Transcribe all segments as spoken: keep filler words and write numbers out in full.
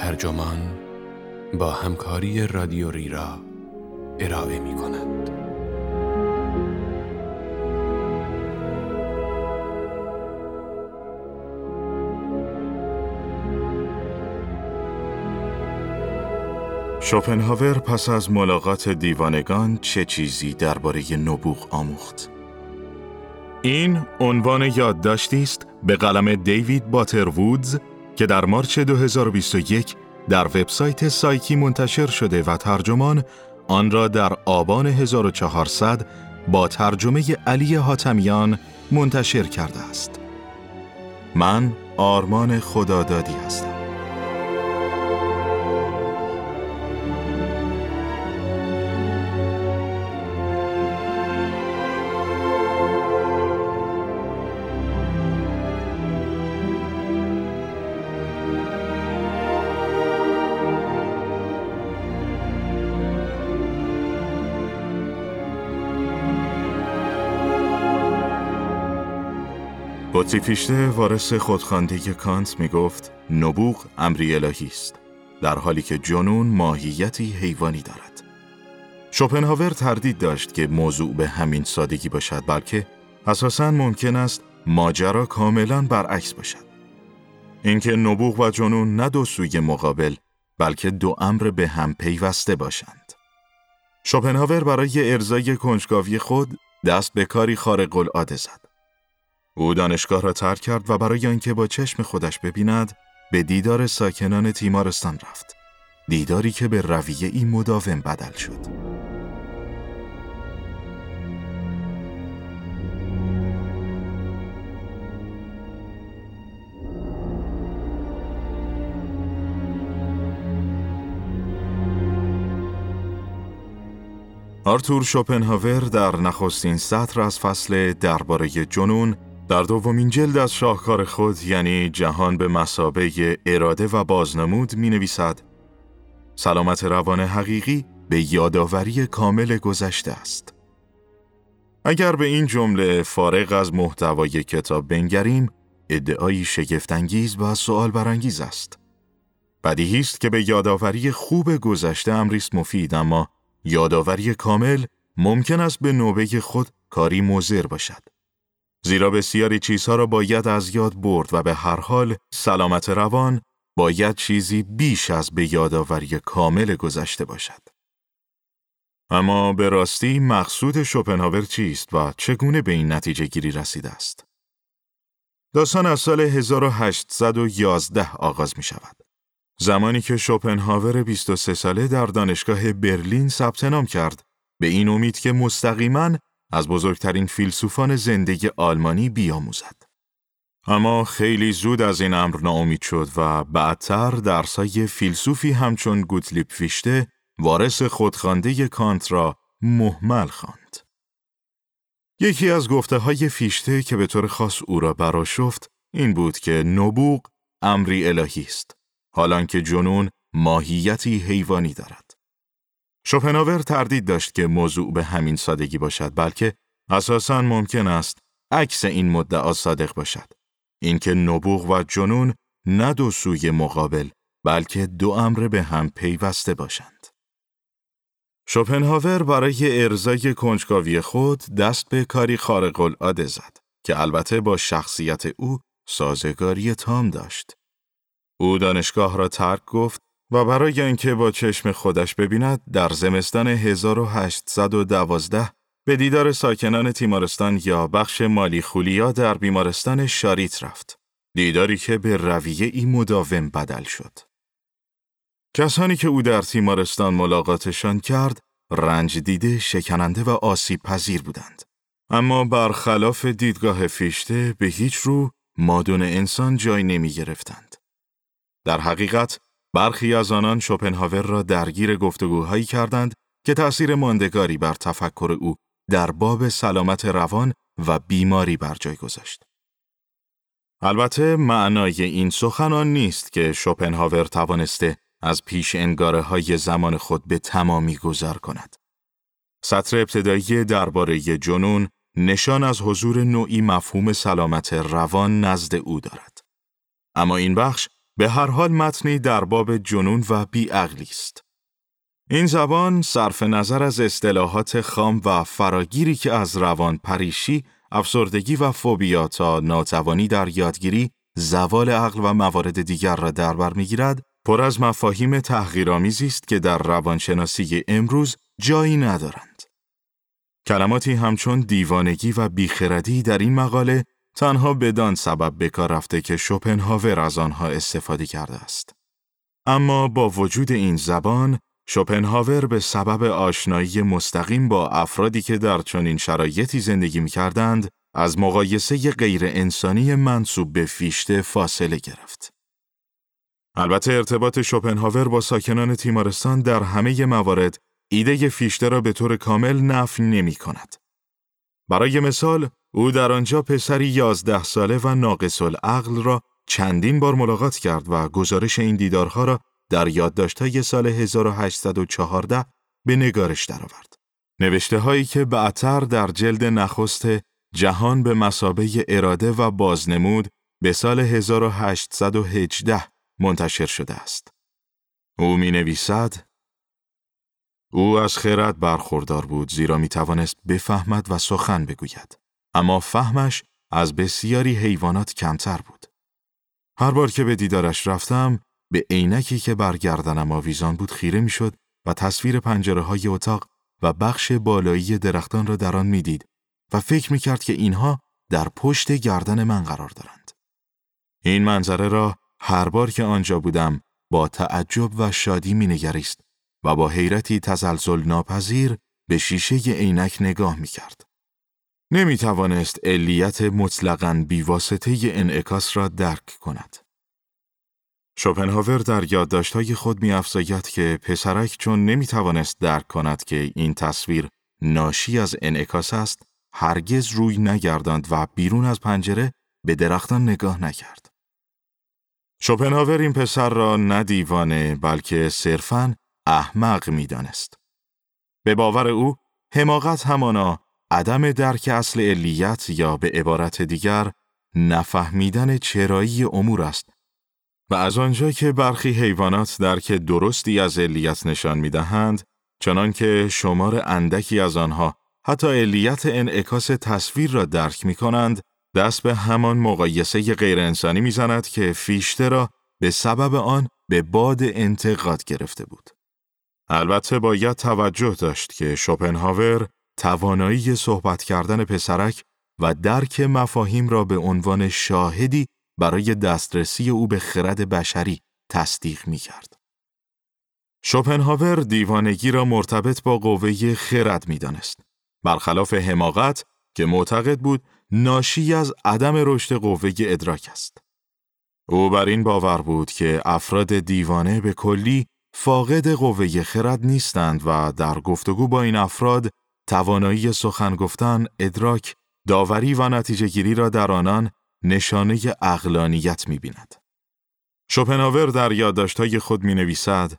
ترجمان با همکاری رادیو ریرا ارائه می کند. شوپنهاور پس از ملاقات دیوانگان چه چیزی درباره نبوغ آموخت؟ این عنوان یادداشتی است به قلم دیوید باتروودز که در مارچ دو هزار و بیست و یک در وبسایت سایکی منتشر شده و ترجمان آن را در آبان هزار و چهارصد با ترجمه علی حاتمیان منتشر کرده است. من آرمان خدادادی هستم. بطری فیشته وارث خودخوانده کانت می گفت نبوغ امری الهی است، در حالی که جنون ماهیتی حیوانی دارد. شوپنهاور تردید داشت که موضوع به همین سادگی باشد، بلکه اساساً ممکن است ماجرا کاملاً برعکس باشد. اینکه نبوغ و جنون نه دو سوی مقابل، بلکه دو امر به هم پیوسته باشند. شوپنهاور برای ارضای کنجکاوی خود دست به کاری خارق العاده زد. او دانشگاه را ترک کرد و برای آنکه با چشم خودش ببیند، به دیدار ساکنان تیمارستان رفت. دیداری که به رویه‌ای مداوم بدل شد. آرتور شوپنهاور در نخستین سطر از فصل درباره جنون در دومین جلد از شاهکار خود یعنی جهان به مثابه اراده و بازنمود می نویسد: سلامت روان حقیقی به یادآوری کامل گذشته است. اگر به این جمله فارغ از محتوای کتاب بنگریم، ادعایی شگفت‌انگیز و سؤال برانگیز است. بدیهی است که به یادآوری خوب گذشته امریست مفید، اما یادآوری کامل ممکن است به نوبه خود کاری مضر باشد. زیرا بسیاری چیزها را باید از یاد برد و به هر حال سلامت روان باید چیزی بیش از به یادآوری کامل گذشته باشد. اما به راستی مقصود شوپنهاور چیست و چگونه به این نتیجه گیری رسیده است؟ داستان از سال هزار و هشتصد و یازده آغاز می شود. زمانی که شوپنهاور بیست و سه ساله در دانشگاه برلین ثبت نام کرد، به این امید که مستقیماً از بزرگترین فیلسوفان زنده آلمانی بیاموزد. اما خیلی زود از این امر ناامید شد و بعدتر درسای فیلسوفی همچون گوتلیب فیشته وارث خودخوانده کانت را مهمل خواند. یکی از گفته‌های فیشته که به طور خاص او را برآشفت این بود که نبوغ امری الهی است، حالانکه جنون ماهیتی حیوانی دارد. شوپنهاور تردید داشت که موضوع به همین سادگی باشد، بلکه اساساً ممکن است عکس این مدعا صادق باشد. اینکه نبوغ و جنون نه دو سوی مقابل، بلکه دو امر به هم پیوسته باشند. شوپنهاور برای ارضای کنجکاوی خود دست به کاری خارق العاده زد که البته با شخصیت او سازگاری تام داشت. او دانشگاه را ترک گفت و برای اینکه با چشم خودش ببیند در زمستان هزار و هشتصد و دوازده به دیدار ساکنان تیمارستان یا بخش مالی خولیا در بیمارستان شاریت رفت. دیداری که به رویه‌ای مداوم بدل شد. کسانی که او در تیمارستان ملاقاتشان کرد، رنج دیده، شکننده و آسیب پذیر بودند. اما برخلاف دیدگاه فیشته به هیچ رو مادون انسان جای نمی گرفتند. در حقیقت برخی از آنان شوپنهاور را درگیر گفتگوهایی کردند که تأثیر ماندگاری بر تفکر او در باب سلامت روان و بیماری بر جای گذاشت. البته معنای این سخن آن نیست که شوپنهاور توانسته از پیش انگاره های زمان خود به تمامی گذر کند. سطر ابتدایی درباره جنون نشان از حضور نوعی مفهوم سلامت روان نزد او دارد. اما این بخش به هر حال متنی در باب جنون و بیعقلی است. این زبان صرف نظر از اصطلاحات خام و فراگیری که از روان پریشی، افسردگی و فوبیا تا ناتوانی در یادگیری، زوال عقل و موارد دیگر را در بر می‌گیرد، پر از مفاهیم تحقیرآمیزی است که در روانشناسی امروز جایی ندارند. کلماتی همچون دیوانگی و بیخردی در این مقاله تنها بدان سبب به کار رفته که شوپنهاور از آنها استفاده کرده است. اما با وجود این زبان، شوپنهاور به سبب آشنایی مستقیم با افرادی که در چنین شرایطی زندگی می‌کردند، از مقایسه غیر انسانی منسوب به فیشته فاصله گرفت. البته ارتباط شوپنهاور با ساکنان تیمارستان در همه موارد ایده فیشته را به طور کامل نفی نمی کند. برای مثال، او در آنجا پسری یازده ساله و ناقص العقل را چندین بار ملاقات کرد و گزارش این دیدارها را در یادداشت‌های سال هزار و هشتصد و چهارده به نگارش درآورد. نوشته هایی که بعدتر در جلد نخست جهان به مثابه اراده و بازنمود به سال هزار و هشتصد و هجده منتشر شده است. او می نویسد: او از خرد برخوردار بود، زیرا می توانست بفهمد و سخن بگوید، اما فهمش از بسیاری حیوانات کمتر بود. هر بار که به دیدارش رفتم، به عینکی که بر گردنم آویزان بود خیره می شد و تصویر پنجره های اتاق و بخش بالایی درختان را در آن می دید و فکر می کرد که اینها در پشت گردن من قرار دارند. این منظره را هر بار که آنجا بودم با تعجب و شادی می نگریست و با حیرتی تزلزل ناپذیر به شیشه عینک نگاه می کرد. نمی توانست علیت مطلقاً بیواسطه انعکاس را درک کند. شوپنهاور در یادداشت‌های خود می‌افزاید که پسرک چون نمی توانست درک کند که این تصویر ناشی از انعکاس است، هرگز روی نگرداند و بیرون از پنجره به درختان نگاه نکرد. شوپنهاور این پسر را نه دیوانه بلکه صرفاً احمق می‌دانست. به باور او، حماقت همانا عدم درک اصل علیت یا به عبارت دیگر نفهمیدن چرایی امور است و از آنجا که برخی حیوانات درک درستی از علیت نشان می‌دهند، چنان که شمار اندکی از آنها حتی علیت انعکاس تصویر را درک می‌کنند، دست به همان مقایسه غیر انسانی می‌زند که فیشته را به سبب آن به باد انتقاد گرفته بود. البته باید توجه داشت که شوپنهاور توانایی صحبت کردن پسرک و درک مفاهیم را به عنوان شاهدی برای دسترسی او به خرد بشری تصدیق می‌کرد. شوپنهاور دیوانگی را مرتبط با قوه خرد می‌دانست، برخلاف حماقت که معتقد بود ناشی از عدم رشد قوه ادراک است. او بر این باور بود که افراد دیوانه به کلی فاقد قوه خرد نیستند و در گفتگو با این افراد توانایی سخن گفتن، ادراک، داوری و نتیجه گیری را در آنان نشانه عقلانیت می‌بیند. شوپنهاور در یادداشت‌های خود می‌نویسد: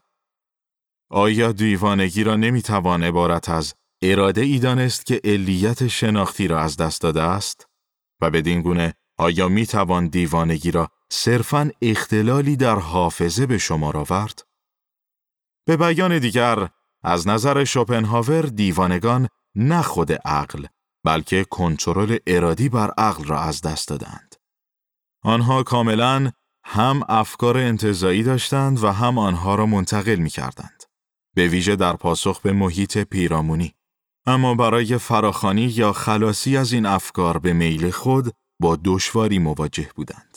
آیا دیوانگی را نمی‌توان عبارت از اراده ای دانست که علیت شناختی را از دست داده است؟ و بدین گونه آیا می‌توان دیوانگی را صرفاً اختلالی در حافظه به شمار آورد؟ به بیان دیگر، از نظر شوپنهاور دیوانگان نه خود عقل، بلکه کنترل ارادی بر عقل را از دست دادند. آنها کاملاً هم افکار انتزاعی داشتند و هم آنها را منتقل می‌کردند، به ویژه در پاسخ به محیط پیرامونی. اما برای فراخوانی یا خلاصی از این افکار به میل خود با دشواری مواجه بودند.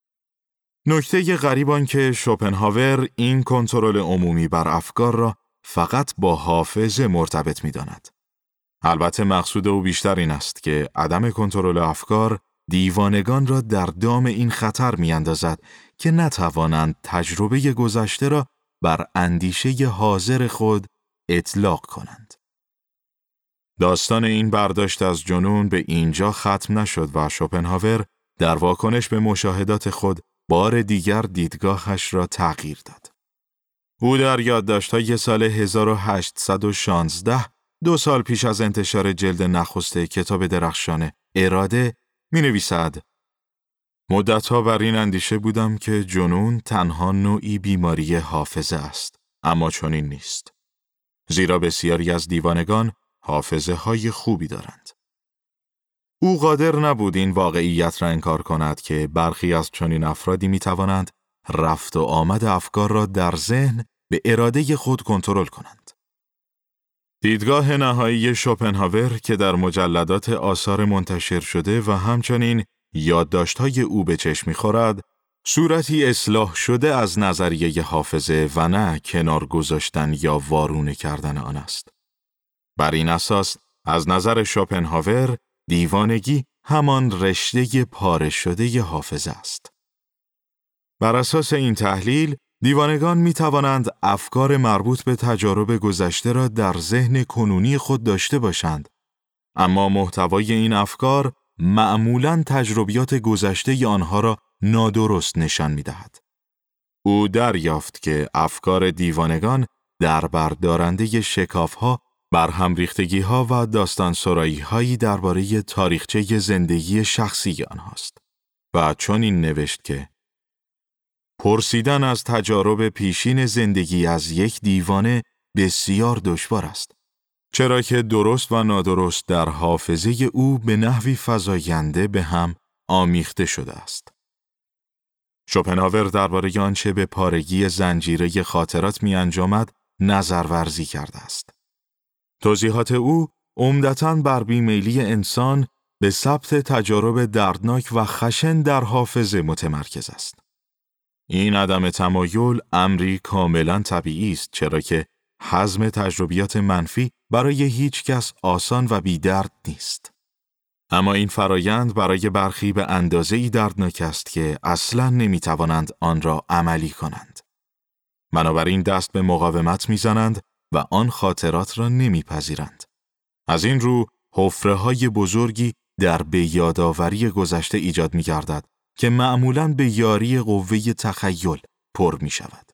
نکته غریب آن که شوپنهاور این کنترل عمومی بر افکار را فقط با حافظه مرتبط می‌داند. البته مقصود او بیشتر این است که عدم کنترل افکار دیوانگان را در دام این خطر می‌اندازد که نتوانند تجربه گذشته را بر اندیشه حاضر خود اطلاق کنند. داستان این برداشت از جنون به اینجا ختم نشد و شوپنهاور در واکنش به مشاهدات خود بار دیگر دیدگاهش را تغییر داد. او در یادداشت‌های سال هزار و هشتصد و شانزده، دو سال پیش از انتشار جلد نخست کتاب درخشان اراده، می نویسد: مدتها بر این اندیشه بودم که جنون تنها نوعی بیماری حافظه است، اما چنین نیست. زیرا بسیاری از دیوانگان حافظه های خوبی دارند. او قادر نبود این واقعیت را انکار کند که برخی از چنین افرادی می توانند رفت و آمد افکار را در ذهن به اراده خود کنترل کنند. دیدگاه نهایی شوپنهاور که در مجلدات آثار منتشر شده و همچنین یادداشت‌های او به چشم می‌خورد، صورتی اصلاح شده از نظریه حافظه و نه کنار گذاشتن یا وارونه کردن آن است. بر این اساس، از نظر شوپنهاور، دیوانگی همان رشته پاره شده حافظه است. بر اساس این تحلیل، دیوانگان می توانند افکار مربوط به تجارب گذشته را در ذهن کنونی خود داشته باشند، اما محتوای این افکار معمولاً تجربیات گذشته آنها را نادرست نشان می دهد. او دریافت که افکار دیوانگان در بردارنده شکاف‌ها، برهم ریختگی‌ها و داستان سرایی‌هایی درباره تاریخچه زندگی شخصی آنهاست و چون این نوشت که پرسیدن از تجارب پیشین زندگی از یک دیوانه بسیار دشوار است، چرا که درست و نادرست در حافظه او به نحوی فزاینده به هم آمیخته شده است. شوپنهاور درباره آنچه به پارگی زنجیره خاطرات می انجامد نظر ورزی کرده است. توضیحات او عمدتاً بر بیمیلی انسان به ثبت تجارب دردناک و خشن در حافظه متمرکز است. این عدم تمایل امری کاملاً طبیعی است، چرا که هضم تجربیات منفی برای هیچ کس آسان و بی‌درد نیست. اما این فرایند برای برخی به اندازه‌ای دردناک است که اصلاً نمی‌توانند آن را عملی کنند. بنابراین دست به مقاومت می‌زنند و آن خاطرات را نمی‌پذیرند. از این رو حفره‌های بزرگی در بیادآوری گذشته ایجاد می‌گردد که معمولاً به یاری قوه تخیل پر می‌شود.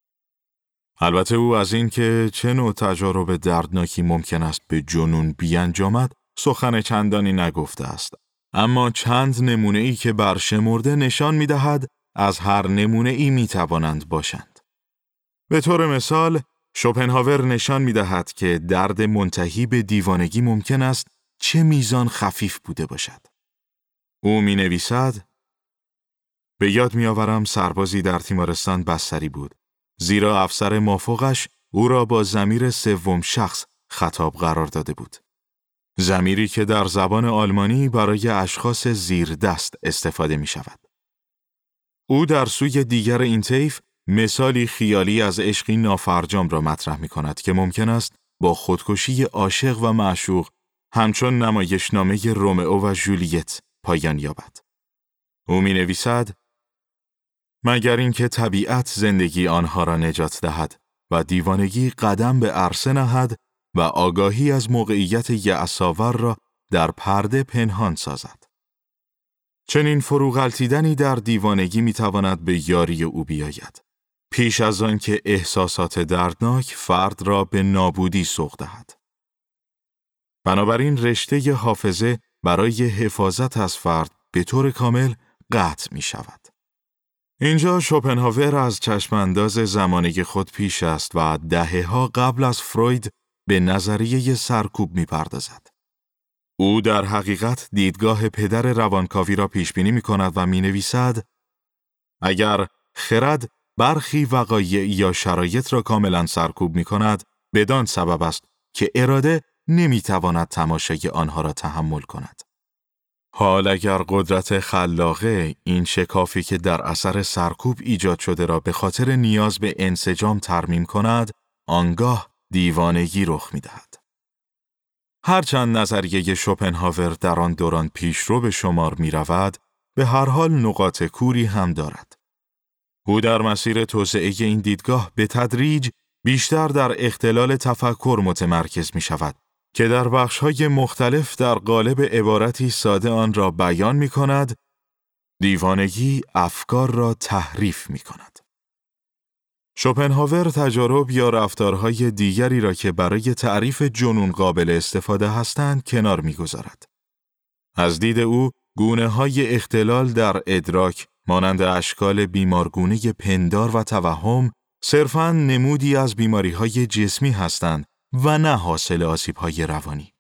البته او از این که چه نوع تجارب دردناکی ممکن است به جنون بیانجامد سخن چندانی نگفته است، اما چند نمونه‌ای که برشمرده نشان می‌دهد از هر نمونه‌ای می‌توانند باشند. به طور مثال، شوپنهاور نشان می‌دهد که درد منتهی به دیوانگی ممکن است چه میزان خفیف بوده باشد. او می‌نویسد: به یاد می‌آورم سربازی در تیمارستان بستری بود، زیرا افسر مافوقش او را با ضمیر سوم شخص خطاب قرار داده بود. ضمیری که در زبان آلمانی برای اشخاص زیر دست استفاده می شود. او در سوی دیگر این طیف مثالی خیالی از عشقی نافرجام را مطرح می کند که ممکن است با خودکشی عاشق و معشوق همچون نمایشنامه رومئو و ژولیت پایان یابد. او می نویسد: مگر اینکه طبیعت زندگی آنها را نجات دهد و دیوانگی قدم به عرصه نهد و آگاهی از موقعیت یأس‌آور را در پرده پنهان سازد. چنین فروغلطیدنی در دیوانگی میتواند به یاری او بیاید، پیش از آن که احساسات دردناک فرد را به نابودی سوق دهد. بنابراین رشته حافظه برای حفاظت از فرد به طور کامل قطع می شود. اینجا شوپنهاور از چشمانداز زمانه خود پیش است و دهه‌ها قبل از فروید به نظریه سرکوب می پردازد. او در حقیقت دیدگاه پدر روانکاوی را پیش بینی می کند و می نویسد: اگر خرد برخی وقایع یا شرایط را کاملا سرکوب می کند، بدان سبب است که اراده نمی تواند تماشای آنها را تحمل کند. حال اگر قدرت خلاقه این شکافی که در اثر سرکوب ایجاد شده را به خاطر نیاز به انسجام ترمیم کند، آنگاه دیوانگی رخ می دهد. هرچند نظریه شوپنهاور در آن دوران پیشرو به شمار می رود، به هر حال نقاط کوری هم دارد. او در مسیر توسعه این دیدگاه به تدریج بیشتر در اختلال تفکر متمرکز می شود که در بخش‌های مختلف در قالب عبارتی ساده آن را بیان می کند: دیوانگی افکار را تحریف می کند. شوپنهاور تجارب یا رفتارهای دیگری را که برای تعریف جنون قابل استفاده هستند کنار می گذارد. از دید او گونه‌های اختلال در ادراک مانند اشکال بیمارگونه پندار و توهم صرفاً نمودی از بیماری‌های جسمی هستند و نه حاصل آسیب‌های روانی.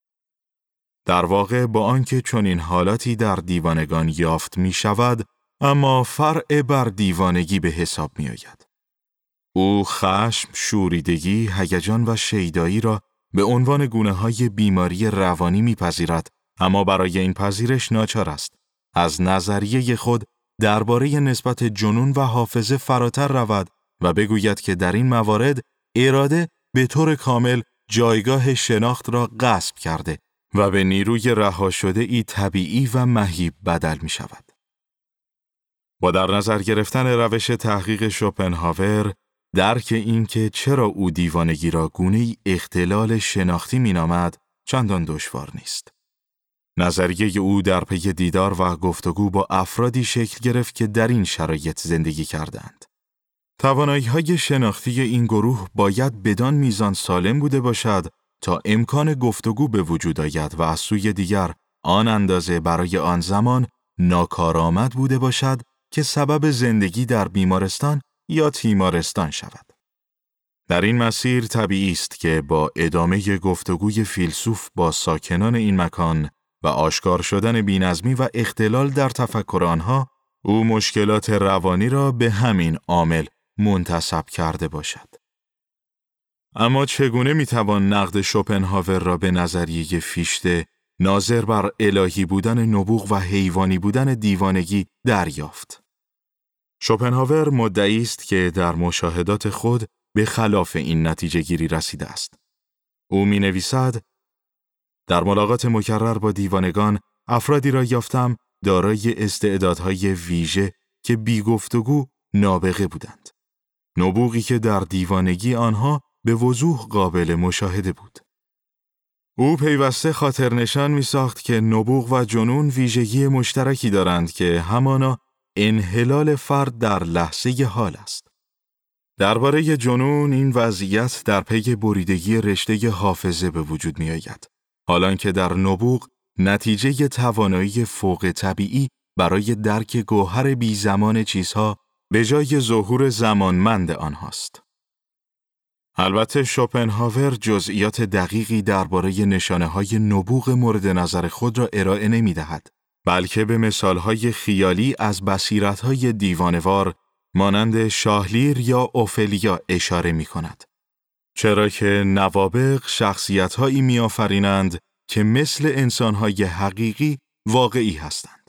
در واقع با آنکه چنین حالاتی در دیوانگان یافت می‌شود، اما فرع بر دیوانگی به حساب می‌آید. او خشم، شوریدگی، هیجان و شیدایی را به عنوان گونه‌های بیماری روانی می‌پذیرد، اما برای این پذیرش ناچار است از نظریه خود درباره نسبت جنون و حافظه فراتر رود و بگوید که در این موارد اراده به طور کامل جایگاه شناخت را غصب کرده و به نیروی رها شده ای طبیعی و مهیب بدل می شود. با در نظر گرفتن روش تحقیق شوپنهاور، درک این که چرا او دیوانگی را گونه‌ای اختلال شناختی می نامد، چندان دشوار نیست. نظریه او در پی دیدار و گفتگو با افرادی شکل گرفت که در این شرایط زندگی کردند. توانایی‌های شناختی این گروه باید بدان میزان سالم بوده باشد تا امکان گفتگو به وجود آید و از سوی دیگر آن اندازه برای آن زمان ناکارآمد بوده باشد که سبب زندگی در بیمارستان یا تیمارستان شود. در این مسیر طبیعی است که با ادامه گفتگوی فیلسوف با ساکنان این مکان و آشکار شدن بی‌نظمی و اختلال در تفکر آنها، او مشکلات روانی را به همین عامل منتسب کرده باشد. اما چگونه میتوان نقد شوپنهاور را به نظریه فیشته ناظر بر الهی بودن نبوغ و حیوانی بودن دیوانگی دریافت؟ شوپنهاور مدعی است که در مشاهدات خود به خلاف این نتیجه گیری رسیده است. او می نویسد: در ملاقات مکرر با دیوانگان، افرادی را یافتم دارای استعدادهای ویژه که بی گفتگو نابغه بودند. نبوغی که در دیوانگی آنها به وضوح قابل مشاهده بود. او پیوسته خاطر نشان می ساخت که نبوغ و جنون ویژگی مشترکی دارند که همانا انحلال فرد در لحظه حال است. درباره جنون این وضعیت در پی بریدگی رشته حافظه به وجود می آید. حالان که در نبوغ نتیجه توانایی فوق طبیعی برای درک گوهر بی زمان چیزها به جای ظهور زمانمند آنهاست. البته شوپنهاور جزئیات دقیقی درباره نشانه‌های نبوغ مورد نظر خود را ارائه نمی‌دهد، بلکه به مثال‌های خیالی از بصیرت‌های دیوانه‌وار مانند شاهلیر یا اوفلیا اشاره می‌کند. چرا که نوابغ شخصیت‌هایی می‌آفرینند که مثل انسان‌های حقیقی واقعی هستند.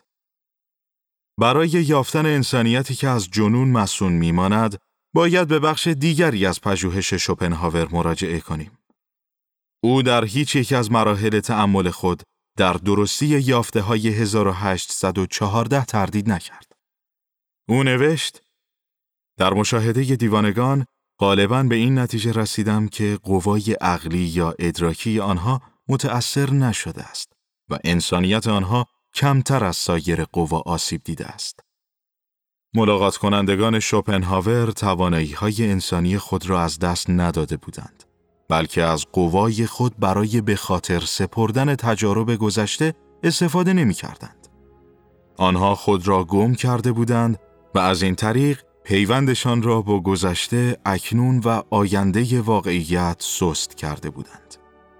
برای یافتن انسانیتی که از جنون مصون می‌ماند، باید به بخش دیگری از پژوهش شوپنهاور مراجعه کنیم. او در هیچ یک از مراحل تأمل خود در درستی یافته‌های هزار و هشتصد و چهارده تردید نکرد. او نوشت: در مشاهده دیوانگان غالباً به این نتیجه رسیدم که قوای عقلی یا ادراکی آنها متأثر نشده است و انسانیت آنها کمتر از سایر قوا آسیب دیده است. ملاقات کنندگان شوپنهاور توانایی‌های انسانی خود را از دست نداده بودند، بلکه از قوای خود برای به خاطر سپردن تجارب گذشته استفاده نمی‌کردند. آنها خود را گم کرده بودند و از این طریق پیوندشان را با گذشته، اکنون و آینده واقعیت سست کرده بودند.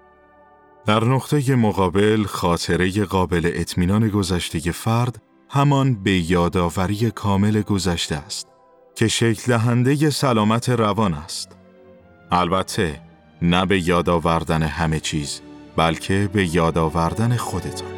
در نقطه مقابل، خاطره قابل اطمینان گذشته فرد همان به یادآوری کامل گذشته است که شکل دهنده سلامت روان است. البته نه به یاد آوردن همه چیز، بلکه به یاد آوردن خودتان.